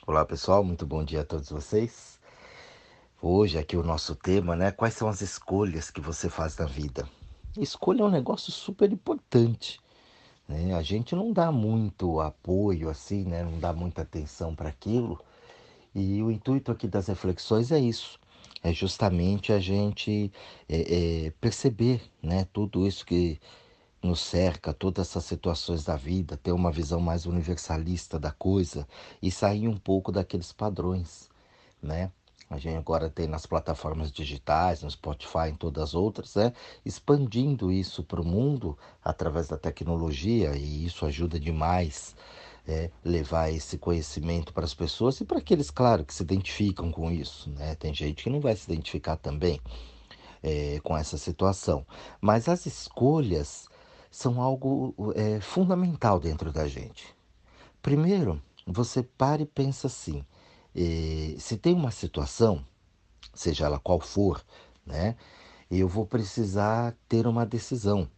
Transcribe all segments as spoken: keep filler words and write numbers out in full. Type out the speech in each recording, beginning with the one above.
Olá pessoal, muito bom dia a todos vocês. Hoje aqui o nosso tema, né? Quais são as escolhas que você faz na vida? Escolha é um negócio super importante, né? A gente não dá muito apoio assim, né? Não dá muita atenção para aquilo. E o intuito aqui das reflexões é isso. É justamente a gente é, é, perceber, né? Tudo isso que nos cerca, todas essas situações da vida, ter uma visão mais universalista da coisa e sair um pouco daqueles padrões, né? A gente agora tem nas plataformas digitais, no Spotify, em todas as outras, né? Expandindo isso para o mundo através da tecnologia, e isso ajuda demais, é, levar esse conhecimento para as pessoas e para aqueles, claro, que se identificam com isso, né? Tem gente que não vai se identificar também, é, com essa situação, mas as escolhas são algo é, fundamental dentro da gente. Primeiro, você para e pensa assim: eh, se tem uma situação, seja ela qual for, né, eu vou precisar ter uma decisão.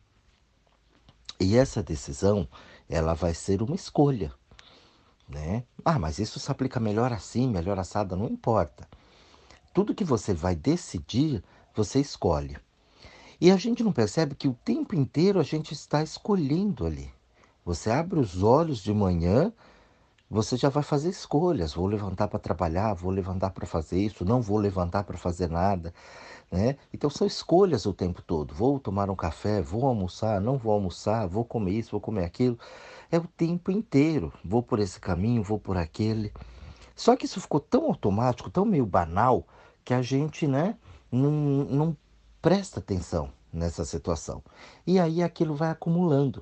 E essa decisão, ela vai ser uma escolha, né? Ah, mas isso se aplica melhor assim, melhor assada, não importa. Tudo que você vai decidir, você escolhe. E a gente não percebe que o tempo inteiro a gente está escolhendo ali. Você abre os olhos de manhã, você já vai fazer escolhas. Vou levantar para trabalhar, vou levantar para fazer isso, não vou levantar para fazer nada, né? Então são escolhas o tempo todo. Vou tomar um café, vou almoçar, não vou almoçar, vou comer isso, vou comer aquilo. É o tempo inteiro. Vou por esse caminho, vou por aquele. Só que isso ficou tão automático, tão meio banal, que a gente, né, não, não presta atenção nessa situação. E aí aquilo vai acumulando.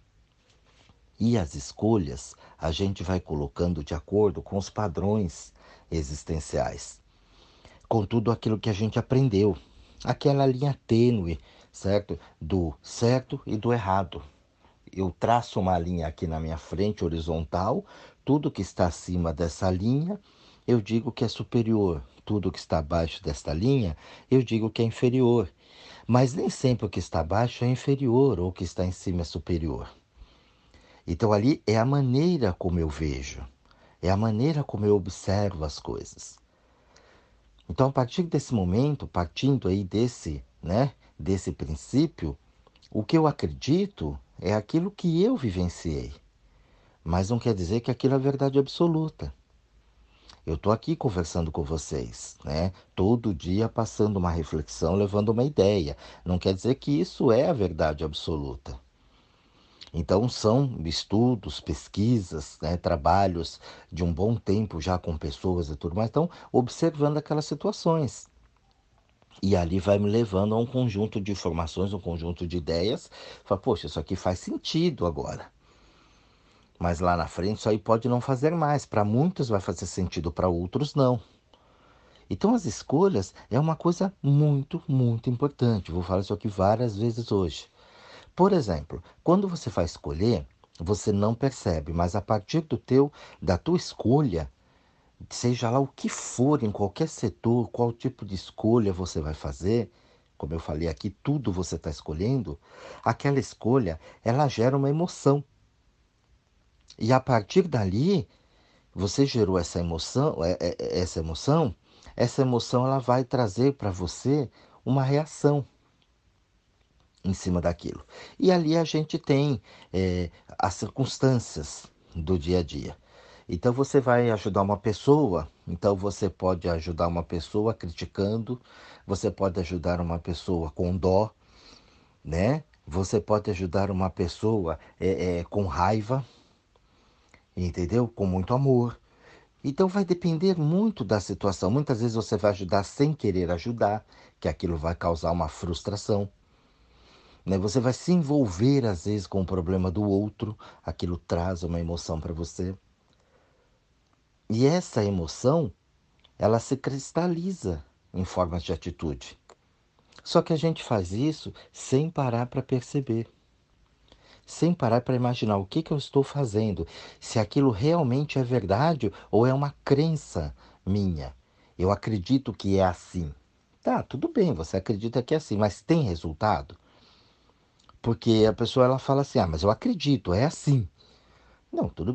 E as escolhas a gente vai colocando de acordo com os padrões existenciais, com tudo aquilo que a gente aprendeu. Aquela linha tênue, certo? Do certo e do errado. Eu traço uma linha aqui na minha frente, horizontal, tudo que está acima dessa linha, eu digo que é superior. Tudo que está abaixo desta linha, eu digo que é inferior. Mas nem sempre o que está abaixo é inferior ou o que está em cima é superior. Então ali é a maneira como eu vejo, é a maneira como eu observo as coisas. Então a partir desse momento, partindo aí desse, né, desse princípio, o que eu acredito é aquilo que eu vivenciei, mas não quer dizer que aquilo é verdade absoluta. Eu estou aqui conversando com vocês, né? Todo dia passando uma reflexão, levando uma ideia. Não quer dizer que isso é a verdade absoluta. Então, são estudos, pesquisas, né, trabalhos de um bom tempo já com pessoas e tudo mais, então, observando aquelas situações. E ali vai me levando a um conjunto de informações, um conjunto de ideias. Fala, poxa, isso aqui faz sentido agora. Mas lá na frente isso aí pode não fazer mais. Para muitos vai fazer sentido, para outros não. Então as escolhas é uma coisa muito, muito importante. Vou falar isso aqui várias vezes hoje. Por exemplo, quando você vai escolher, você não percebe, mas a partir do teu, da tua escolha, seja lá o que for, em qualquer setor, qual tipo de escolha você vai fazer, como eu falei aqui, tudo você está escolhendo, aquela escolha, ela gera uma emoção. E a partir dali, você gerou essa emoção, é- é- é- essa emoção, essa emoção ela vai trazer para você uma reação em cima daquilo. E ali a gente tem é, as circunstâncias do dia a dia. Então você vai ajudar uma pessoa, então você pode ajudar uma pessoa criticando, você pode ajudar uma pessoa com dó, né? Você pode ajudar uma pessoa é, é, com raiva, entendeu? Com muito amor. Então vai depender muito da situação. Muitas vezes você vai ajudar sem querer ajudar, que aquilo vai causar uma frustração. Né? Você vai se envolver às vezes com o problema do outro, aquilo traz uma emoção para você. E essa emoção, ela se cristaliza em formas de atitude. Só que a gente faz isso sem parar para perceber, sem parar para imaginar o que, que eu estou fazendo, se aquilo realmente é verdade ou é uma crença minha. Eu acredito que é assim. Tá, tudo bem, você acredita que é assim, mas tem resultado? Porque a pessoa ela fala assim: "Ah, mas eu acredito, é assim". Não, tudo bem.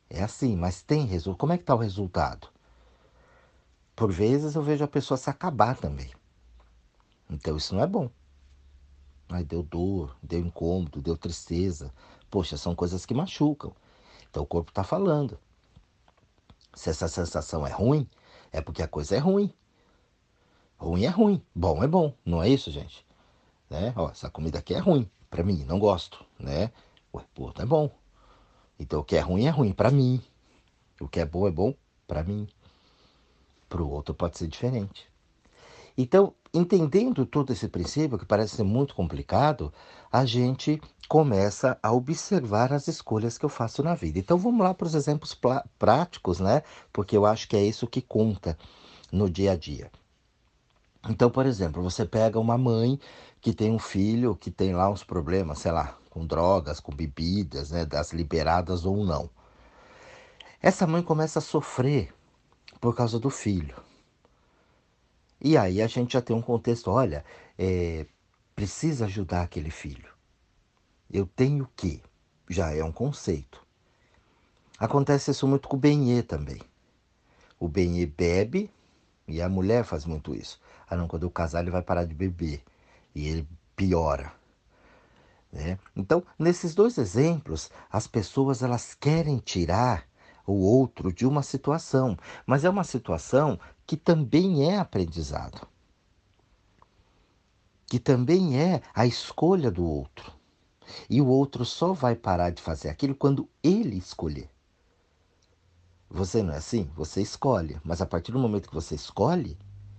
É assim, mas tem resultado. Como é que está o resultado? Por vezes eu vejo a pessoa se acabar também. Então isso não é bom. Aí deu dor, deu incômodo, deu tristeza. Poxa, são coisas que machucam. Então o corpo está falando. Se essa sensação é ruim, é porque a coisa é ruim. Ruim é ruim, bom é bom, não é isso, gente? Né? Ó, essa comida aqui é ruim, pra mim, não gosto, né? Ué, pô, não é bom. Então o que é ruim é ruim pra mim. O que é bom é bom pra mim. Pro outro pode ser diferente. Então, entendendo todo esse princípio, que parece ser muito complicado, a gente começa a observar as escolhas que eu faço na vida. Então vamos lá para os exemplos práticos, né? Porque eu acho que é isso que conta no dia a dia. Então, por exemplo, você pega uma mãe que tem um filho que tem lá uns problemas, sei lá, com drogas, com bebidas, né, das liberadas ou não. Essa mãe começa a sofrer por causa do filho. E aí a gente já tem um contexto, olha, é, precisa ajudar aquele filho. Eu tenho que, já é um conceito. Acontece isso muito com o Benê também. O Benê bebe e a mulher faz muito isso. Ah não, quando eu casar ele vai parar de beber. E ele piora. Né? Então, nesses dois exemplos, as pessoas elas querem tirar o outro de uma situação, mas é uma situação que também é aprendizado, que também é a escolha do outro. E o outro só vai parar de fazer aquilo quando ele escolher. Você não é assim? Você escolhe, mas a partir do momento que você escolhe,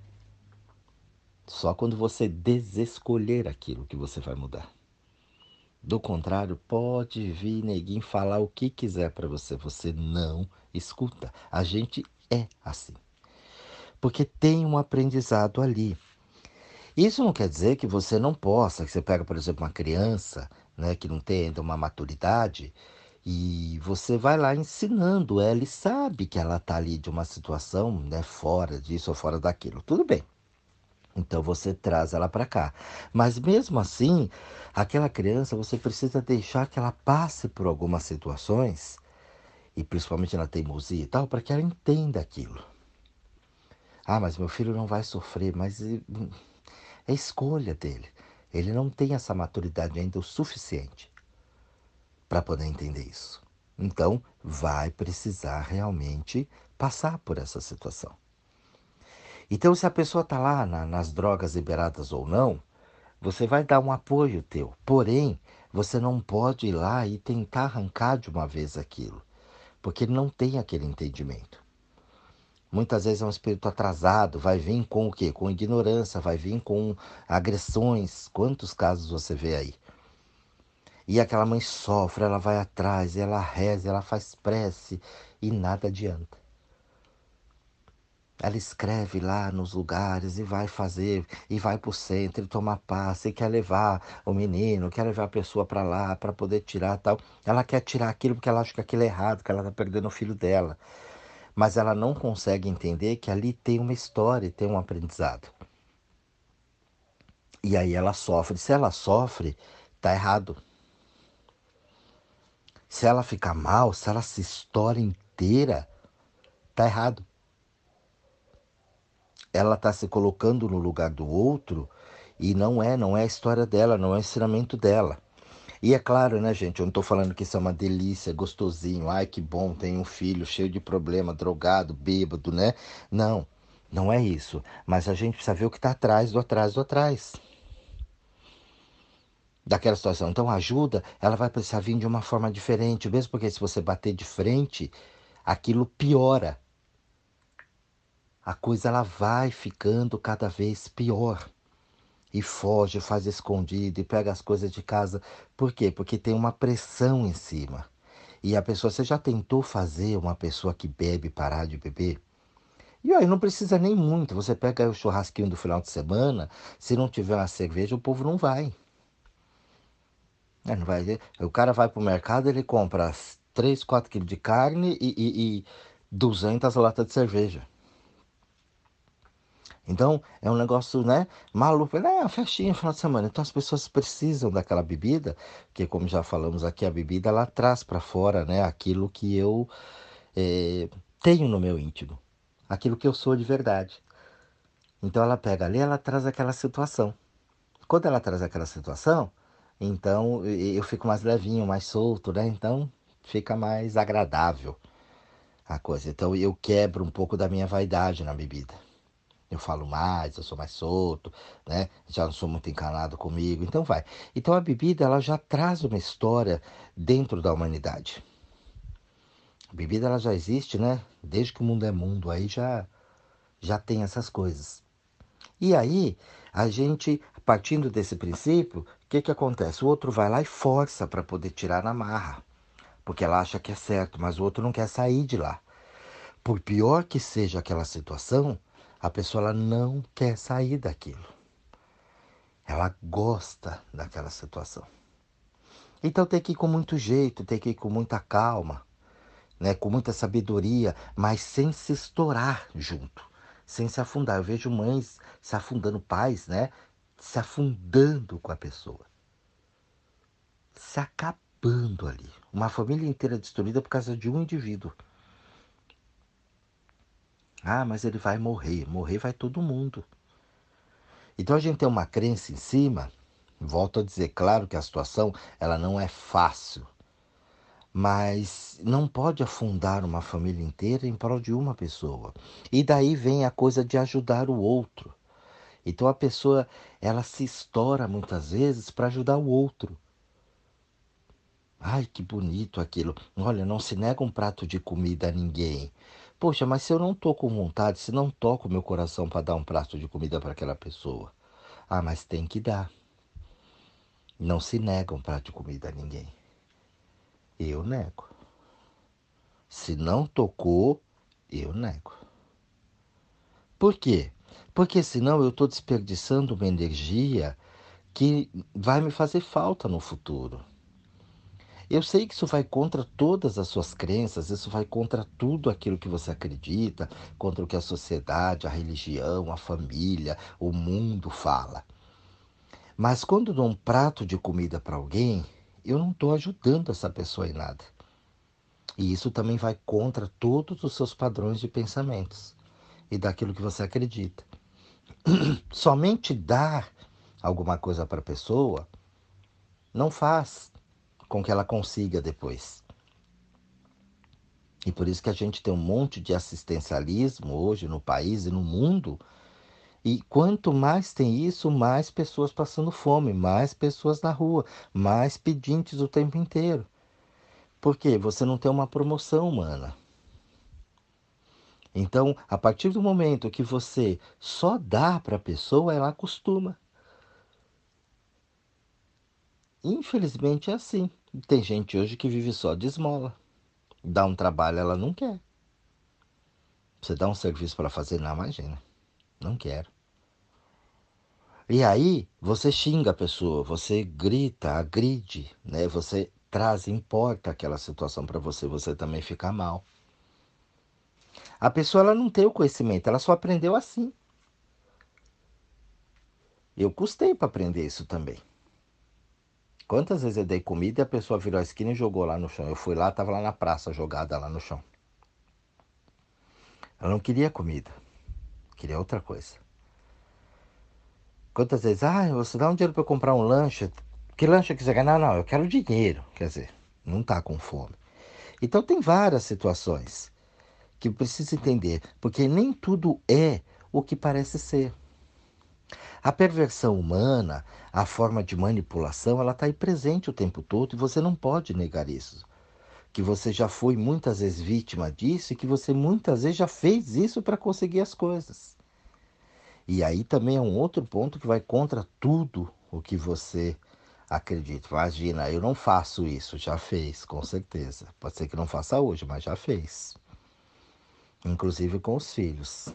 só quando você desescolher aquilo que você vai mudar. Do contrário, pode vir neguinho falar o que quiser para você, você não escuta. A gente é assim, porque tem um aprendizado ali. Isso não quer dizer que você não possa, que você pega, por exemplo, uma criança, né, que não tem ainda uma maturidade, e você vai lá ensinando ela e sabe que ela está ali de uma situação, né, fora disso ou fora daquilo. Tudo bem. Então você traz ela para cá. Mas mesmo assim, aquela criança você precisa deixar que ela passe por algumas situações, e principalmente na teimosia e tal, para que ela entenda aquilo. Ah, mas meu filho não vai sofrer, mas é escolha dele. Ele não tem essa maturidade ainda o suficiente para poder entender isso. Então, vai precisar realmente passar por essa situação. Então, se a pessoa está lá na, nas drogas liberadas ou não, você vai dar um apoio teu. Porém, você não pode ir lá e tentar arrancar de uma vez aquilo, porque ele não tem aquele entendimento. Muitas vezes é um espírito atrasado, vai vir com o quê? Com ignorância, vai vir com agressões. Quantos casos você vê aí? E aquela mãe sofre, ela vai atrás, ela reza, ela faz prece e nada adianta. Ela escreve lá nos lugares e vai fazer, e vai para o centro e tomar passe, e quer levar o menino, quer levar a pessoa para lá para poder tirar tal. Ela quer tirar aquilo porque ela acha que aquilo é errado, que ela está perdendo o filho dela. Mas ela não consegue entender que ali tem uma história, tem um aprendizado. E aí ela sofre. Se ela sofre, tá errado. Se ela ficar mal, se ela se estoura inteira, tá errado. Ela está se colocando no lugar do outro e não é, não é a história dela, não é o ensinamento dela. E é claro, né, gente, eu não estou falando que isso é uma delícia, gostosinho, ai que bom, tem um filho cheio de problema, drogado, bêbado, né? Não, não é isso. Mas a gente precisa ver o que está atrás do atrás do atrás daquela situação. Então a ajuda, ela vai precisar vir de uma forma diferente, mesmo porque se você bater de frente, aquilo piora. A coisa ela vai ficando cada vez pior. E foge, faz escondido e pega as coisas de casa. Por quê? Porque tem uma pressão em cima. E a pessoa, você já tentou fazer uma pessoa que bebe parar de beber? E aí não precisa nem muito. Você pega o churrasquinho do final de semana, se não tiver uma cerveja, o povo não vai. É, não vai. O cara vai pro mercado, ele compra três, quatro quilos de carne e, e, e duzentas latas de cerveja. Então, é um negócio, né, maluco. É uma festinha no final de semana. Então, as pessoas precisam daquela bebida, que, como já falamos aqui, a bebida ela traz para fora, né, aquilo que eu eh, tenho no meu íntimo, aquilo que eu sou de verdade. Então, ela pega ali, ela traz aquela situação. Quando ela traz aquela situação, então e- eu fico mais levinho, mais solto, né? Então, fica mais agradável a coisa. Então, eu quebro um pouco da minha vaidade na bebida. Eu falo mais, eu sou mais solto, né? Já não sou muito encanado comigo, então vai. Então a bebida ela já traz uma história dentro da humanidade. A bebida ela já existe, né? Desde que o mundo é mundo, aí já já tem essas coisas. E aí a gente, partindo desse princípio, o que que acontece? O outro vai lá e força para poder tirar na marra, porque ela acha que é certo, mas o outro não quer sair de lá. Por pior que seja aquela situação, a pessoa ela não quer sair daquilo. Ela gosta daquela situação. Então tem que ir com muito jeito, tem que ir com muita calma, né? Com muita sabedoria, mas sem se estourar junto, sem se afundar. Eu vejo mães se afundando, pais, né? Se afundando com a pessoa, se acabando ali. Uma família inteira destruída por causa de um indivíduo. Ah, mas ele vai morrer. Morrer vai todo mundo. Então a gente tem uma crença em cima. Volto a dizer, claro que a situação ela não é fácil. Mas não pode afundar uma família inteira em prol de uma pessoa. E daí vem a coisa de ajudar o outro. Então a pessoa, ela se estoura muitas vezes para ajudar o outro. Ai, que bonito aquilo. Olha, não se nega um prato de comida a ninguém. Poxa, mas se eu não tô com vontade, se não toco meu coração para dar um prato de comida para aquela pessoa. Ah, mas tem que dar. Não se nega um prato de comida a ninguém. Eu nego. Se não tocou, eu nego. Por quê? Porque senão eu estou desperdiçando uma energia que vai me fazer falta no futuro. Eu sei que isso vai contra todas as suas crenças, isso vai contra tudo aquilo que você acredita, contra o que a sociedade, a religião, a família, o mundo fala. Mas quando eu dou um prato de comida para alguém, eu não estou ajudando essa pessoa em nada. E isso também vai contra todos os seus padrões de pensamentos e daquilo que você acredita. Somente dar alguma coisa para a pessoa não faz com que ela consiga depois. E por isso que a gente tem um monte de assistencialismo hoje no país e no mundo. E quanto mais tem isso, mais pessoas passando fome, mais pessoas na rua, mais pedintes o tempo inteiro. Por quê? Você não tem uma promoção humana. Então, a partir do momento que você só dá para a pessoa, ela acostuma. Infelizmente é assim. Tem gente hoje que vive só de esmola. Dá um trabalho, ela não quer. Você dá um serviço para fazer, não, imagina. Não quero. E aí, você xinga a pessoa, você grita, agride, né? Você traz, importa aquela situação para você, você também fica mal. A pessoa ela não tem o conhecimento, ela só aprendeu assim. Eu custei para aprender isso também. Quantas vezes eu dei comida e a pessoa virou a esquina e jogou lá no chão? Eu fui lá, tava lá na praça jogada lá no chão. Ela não queria comida, queria outra coisa. Quantas vezes, ah, você dá um dinheiro para eu comprar um lanche. Que lanche que você quer? Não, não, eu quero dinheiro. Quer dizer, não tá com fome. Então tem várias situações que precisa entender, porque nem tudo é o que parece ser. A perversão humana, a forma de manipulação, ela está aí presente o tempo todo e você não pode negar isso. Que você já foi muitas vezes vítima disso e que você muitas vezes já fez isso para conseguir as coisas. E aí também é um outro ponto que vai contra tudo o que você acredita. Imagina, eu não faço isso, já fez, com certeza. Pode ser que não faça hoje, mas já fez. Inclusive com os filhos,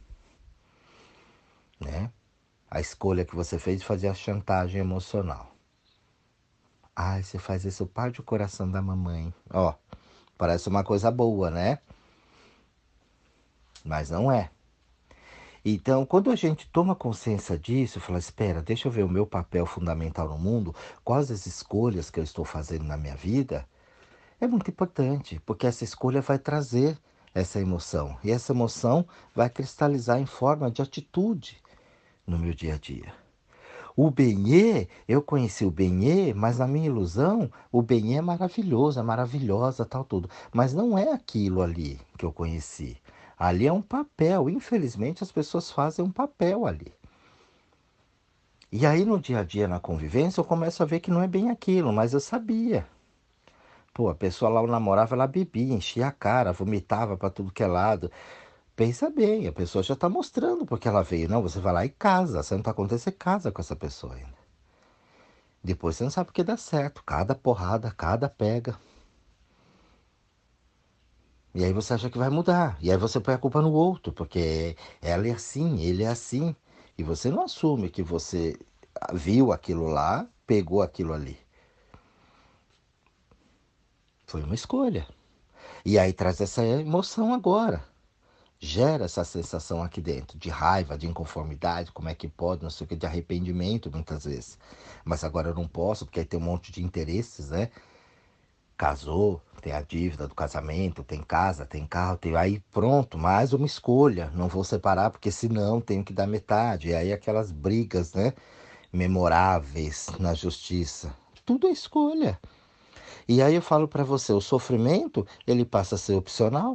né? A escolha que você fez de fazer a chantagem emocional. Ai, você faz isso, parte o coração da mamãe. Ó, parece uma coisa boa, né? Mas não é. Então, quando a gente toma consciência disso, fala, espera, deixa eu ver o meu papel fundamental no mundo, quais as escolhas que eu estou fazendo na minha vida, é muito importante, porque essa escolha vai trazer essa emoção. E essa emoção vai cristalizar em forma de atitude no meu dia a dia. O Benê, eu conheci o Benê, mas na minha ilusão, o Benê é maravilhoso, é maravilhosa, tal, tudo. Mas não é aquilo ali que eu conheci. Ali é um papel. Infelizmente, as pessoas fazem um papel ali. E aí, no dia a dia, na convivência, eu começo a ver que não é bem aquilo, mas eu sabia. Pô, a pessoa lá, eu namorava, ela bebia, enchia a cara, vomitava para tudo que é lado. Pensa bem, a pessoa já está mostrando porque ela veio. Não, você vai lá e casa. Você não está acontecendo, você casa com essa pessoa ainda. Depois você não sabe o que dá certo. Cada porrada, cada pega. E aí você acha que vai mudar. E aí você põe a culpa no outro, porque ela é assim, ele é assim. E você não assume que você viu aquilo lá, pegou aquilo ali. Foi uma escolha. E aí traz essa emoção agora. Gera essa sensação aqui dentro de raiva, de inconformidade, como é que pode, não sei o que, de arrependimento muitas vezes. Mas agora eu não posso, porque aí tem um monte de interesses, né? Casou, tem a dívida do casamento, tem casa, tem carro, tem... aí pronto, mais uma escolha. Não vou separar, porque senão tenho que dar metade. E aí aquelas brigas, né? Memoráveis na justiça. Tudo é escolha. E aí eu falo para você, o sofrimento, ele passa a ser opcional.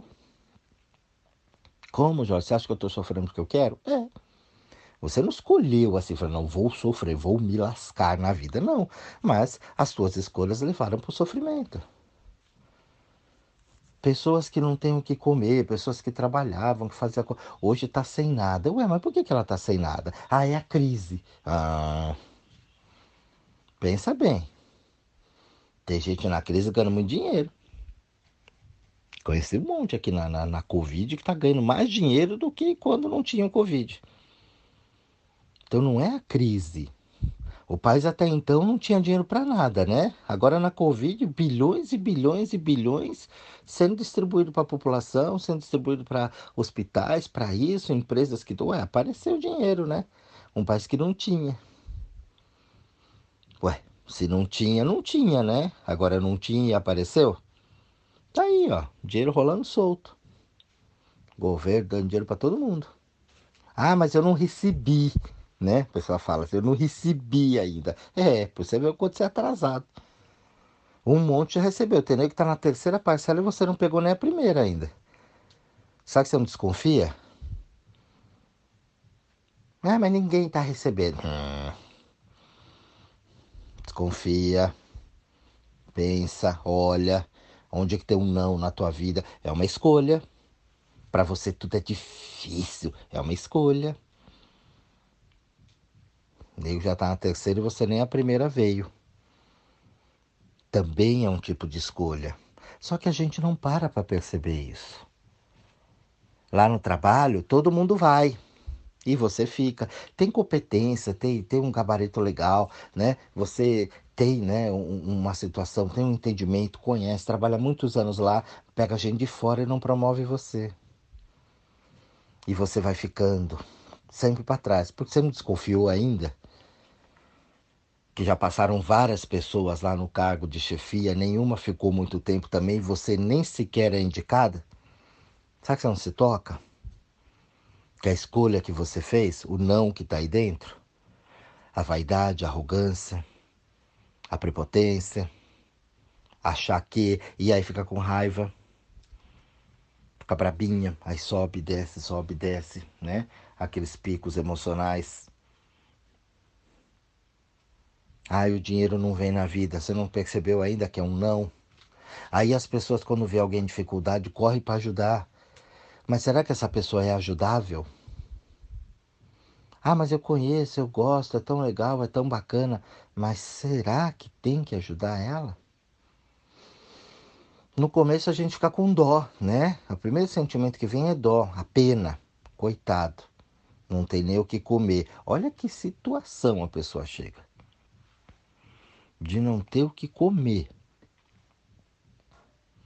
Como, Jorge? Você acha que eu estou sofrendo porque eu quero? É. Você não escolheu assim, falou, não, vou sofrer, vou me lascar na vida. Não. Mas as suas escolhas levaram para o sofrimento. Pessoas que não têm o que comer, pessoas que trabalhavam, que faziam. Hoje está sem nada. Ué, mas por que, que ela está sem nada? Ah, é a crise. Ah, pensa bem. Tem gente na crise ganhando muito dinheiro. Conheci um monte aqui na, na, na Covid que está ganhando mais dinheiro do que quando não tinha Covid. Então não é a crise. O país até então não tinha dinheiro para nada, né? Agora na Covid, bilhões e bilhões e bilhões sendo distribuído para a população, sendo distribuído para hospitais, para isso, empresas que... Ué, apareceu dinheiro, né? Um país que não tinha. Ué, se não tinha, não tinha, né? Agora não tinha e apareceu? Tá aí, ó, dinheiro rolando solto. Governo dando dinheiro para todo mundo. Ah, mas eu não recebi, né? O pessoal fala assim, eu não recebi ainda. É, você vê o quanto você é atrasado. Um monte já recebeu. Tem nego que tá na terceira parcela e você não pegou nem a primeira ainda. Sabe que você não desconfia? Ah, mas ninguém tá recebendo. Hum, desconfia, pensa, olha. Onde é que tem um não na tua vida? É uma escolha. Para você tudo é difícil. É uma escolha. O nego já tá na terceira e você nem a primeira veio. Também é um tipo de escolha. Só que a gente não para para perceber isso. Lá no trabalho, todo mundo vai. E você fica, tem competência, tem, tem um gabarito legal, né? Você tem, né, um- uma situação, tem um entendimento, conhece, trabalha muitos anos lá, pega gente de fora e não promove você. E você vai ficando sempre para trás, porque você não desconfiou ainda que já passaram várias pessoas lá no cargo de chefia, nenhuma ficou muito tempo também, você nem sequer é indicada? Sabe que você não se toca? Que a escolha que você fez, o não que está aí dentro, a vaidade, a arrogância, a prepotência, achar que, e aí fica com raiva, fica brabinha, aí sobe, desce, sobe, desce, né? Aqueles picos emocionais. Ai, o dinheiro não vem na vida, você não percebeu ainda que é um não? Aí as pessoas, quando vê alguém em dificuldade, correm para ajudar. Mas será que essa pessoa é ajudável? Ah, mas eu conheço, eu gosto, é tão legal, é tão bacana. Mas será que tem que ajudar ela? No começo a gente fica com dó, né? O primeiro sentimento que vem é dó, a pena. Coitado, não tem nem o que comer. Olha que situação a pessoa chega. De não ter o que comer.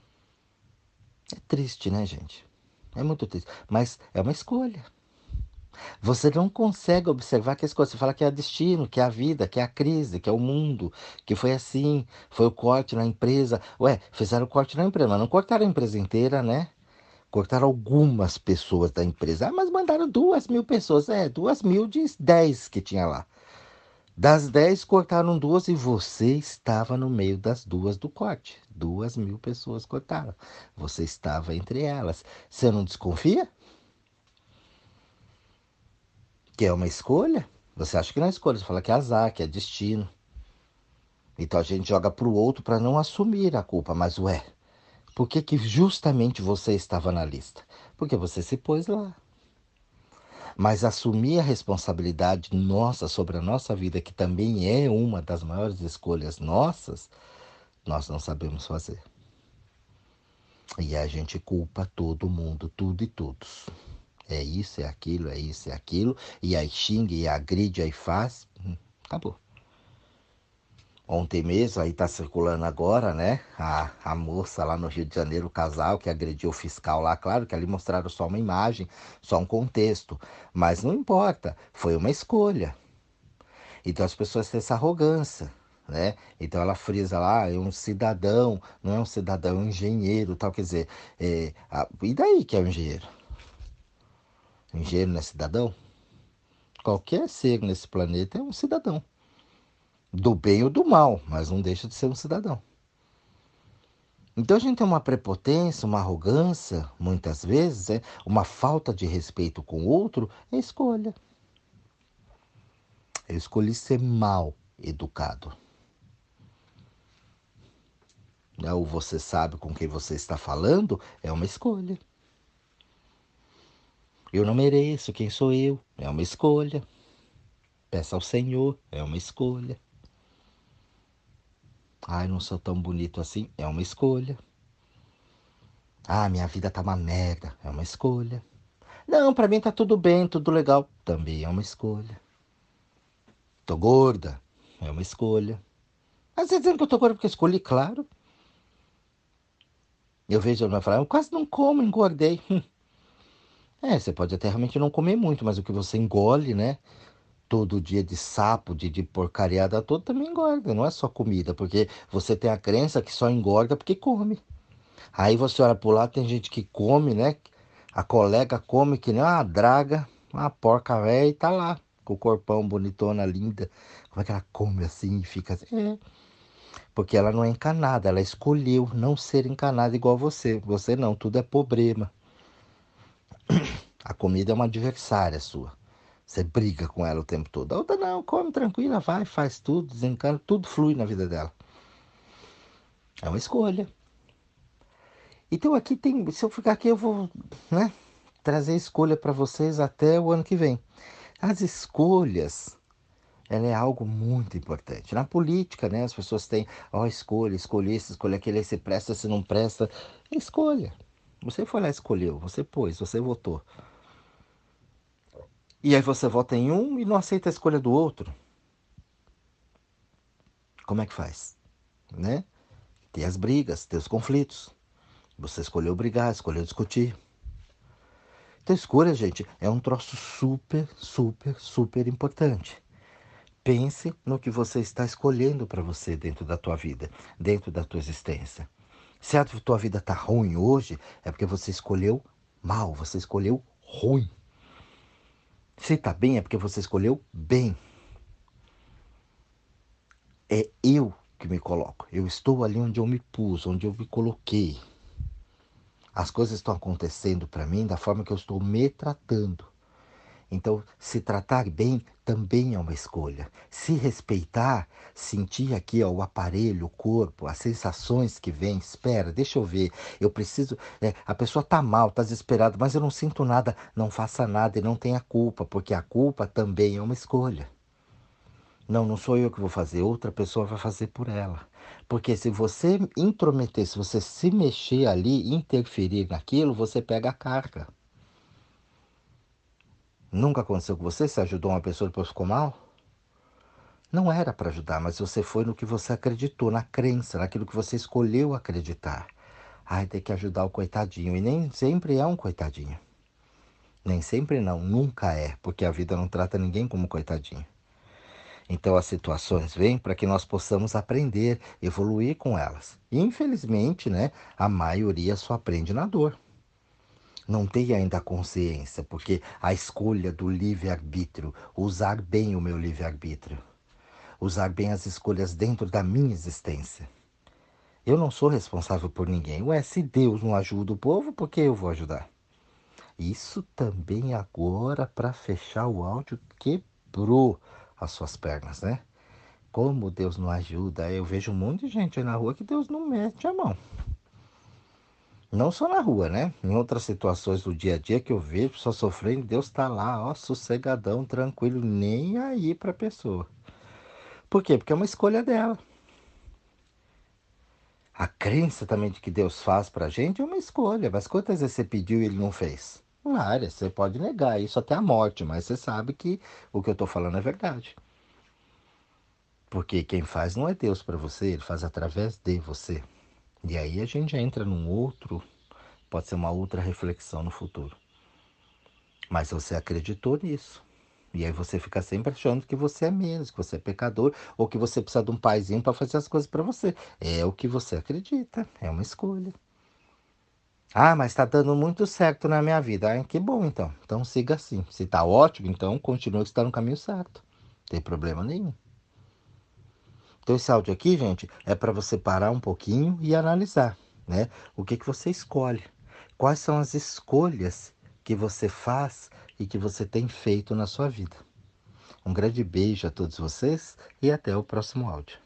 É triste, né, gente? É muito triste. Mas é uma escolha. Você não consegue observar que as coisas. Você fala que é destino, que é a vida, que é a crise, que é o mundo, que foi assim, foi o corte na empresa. Ué, fizeram o corte na empresa, mas não cortaram a empresa inteira, né? Cortaram algumas pessoas da empresa. Ah, mas mandaram duas mil pessoas. É, duas mil de dez que tinha lá. Das dez, cortaram duas e você estava no meio das duas do corte. Duas mil pessoas cortaram. Você estava entre elas. Você não desconfia? Que é uma escolha? Você acha que não é escolha, você fala que é azar, que é destino. Então a gente joga para o outro para não assumir a culpa. Mas ué, por que que justamente você estava na lista? Porque você se pôs lá. Mas assumir a responsabilidade nossa sobre a nossa vida, que também é uma das maiores escolhas nossas, nós não sabemos fazer. E a gente culpa todo mundo, tudo e todos. É isso, é aquilo, é isso, é aquilo. E aí xinga, e agride, aí faz. Hum, acabou. Ontem mesmo, aí tá circulando agora, né? A, a moça lá no Rio de Janeiro, o casal que agrediu o fiscal lá. Claro que ali mostraram só uma imagem, só um contexto. Mas não importa, foi uma escolha. Então as pessoas têm essa arrogância, né? Então ela frisa lá, é um cidadão, não é um cidadão, é um engenheiro, tal. Quer dizer, é, a, e daí que é um engenheiro? Engenheiro não é cidadão? Qualquer ser nesse planeta é um cidadão. Do bem ou do mal, mas não deixa de ser um cidadão. Então a gente tem uma prepotência, uma arrogância, muitas vezes, é, uma falta de respeito com o outro, é escolha. Eu escolhi ser mal educado. Né? Ou você sabe com quem você está falando, é uma escolha. Eu não mereço, quem sou eu? É uma escolha. Peça ao Senhor, é uma escolha. Ai, não sou tão bonito assim, é uma escolha. Ah, minha vida tá uma merda, é uma escolha. Não, pra mim tá tudo bem, tudo legal, também é uma escolha. Tô gorda, é uma escolha. Mas você dizendo que eu tô gorda porque eu escolhi, claro. Eu vejo ela falar, eu quase não como, engordei. É, você pode até realmente não comer muito, mas o que você engole, né? Todo dia de sapo, de, de porcariada toda, também engorda. Não é só comida, porque você tem a crença que só engorda porque come. Aí você olha pro lado, tem gente que come, né? A colega come que nem uma draga, uma porca velha e tá lá, com o corpão bonitona, linda. Como é que ela come assim e fica assim? É, porque ela não é encanada, ela escolheu não ser encanada igual você. Você não, tudo é problema. A comida é uma adversária sua. Você briga com ela o tempo todo. A outra não, come tranquila, vai, faz tudo, desencana, tudo flui na vida dela. É uma escolha. Então aqui tem, se eu ficar aqui eu vou, né, trazer escolha para vocês até o ano que vem. As escolhas, ela é algo muito importante. Na política, né, as pessoas têm, ó, escolha, escolher, se escolher aquele, aí você presta, se não presta. É escolha. Você foi lá, escolheu, você pôs, você votou. E aí você vota em um e não aceita a escolha do outro. Como é que faz? Né? Tem as brigas, tem os conflitos. Você escolheu brigar, escolheu discutir. Então, escolha, gente, é um troço super, super, super importante. Pense no que você está escolhendo para você dentro da tua vida, dentro da tua existência. Se a tua vida está ruim hoje, é porque você escolheu mal, você escolheu ruim. Se está bem, é porque você escolheu bem. É eu que me coloco. Eu estou ali onde eu me pus, onde eu me coloquei. As coisas estão acontecendo para mim da forma que eu estou me tratando. Então, se tratar bem também é uma escolha. Se respeitar, sentir aqui ó, o aparelho, o corpo, as sensações que vêm. Espera, deixa eu ver. Eu preciso. É, a pessoa está mal, está desesperada, mas eu não sinto nada. Não faça nada e não tenha culpa, porque a culpa também é uma escolha. Não, não sou eu que vou fazer, outra pessoa vai fazer por ela. Porque se você intrometer, se você se mexer ali, interferir naquilo, você pega a carga. Nunca aconteceu com você? Você ajudou uma pessoa e depois ficou mal? Não era para ajudar, mas você foi no que você acreditou, na crença, naquilo que você escolheu acreditar. Ai, tem que ajudar o coitadinho. E nem sempre é um coitadinho. Nem sempre não, nunca é, porque a vida não trata ninguém como coitadinho. Então as situações vêm para que nós possamos aprender, evoluir com elas. E, infelizmente, né, a maioria só aprende na dor. Não tem ainda a consciência, porque a escolha do livre-arbítrio, usar bem o meu livre-arbítrio, usar bem as escolhas dentro da minha existência. Eu não sou responsável por ninguém. Ué, se Deus não ajuda o povo, por que eu vou ajudar? Isso também agora, para fechar o áudio, quebrou as suas pernas, né? Como Deus não ajuda. Eu vejo um monte de gente aí na rua que Deus não mete a mão. Não só na rua, né? Em outras situações do dia a dia que eu vejo só sofrendo, Deus tá lá, ó, sossegadão, tranquilo, nem aí pra pessoa. Por quê? Porque é uma escolha dela. A crença também de que Deus faz pra gente é uma escolha. Mas quantas vezes você pediu e ele não fez? Várias. Você pode negar isso até a morte, mas você sabe que o que eu tô falando é verdade. Porque quem faz não é Deus pra você, ele faz através de você. E aí a gente já entra num outro, pode ser uma outra reflexão no futuro. Mas você acreditou nisso. E aí você fica sempre achando que você é menos, que você é pecador, ou que você precisa de um paizinho para fazer as coisas para você. É o que você acredita, é uma escolha. Ah, mas está dando muito certo na minha vida. Ah, que bom então. Então siga assim. Se está ótimo, então continue que está no caminho certo. Não tem problema nenhum. Então esse áudio aqui, gente, é para você parar um pouquinho e analisar, né? O que que você escolhe? Quais são as escolhas que você faz e que você tem feito na sua vida? Um grande beijo a todos vocês e até o próximo áudio.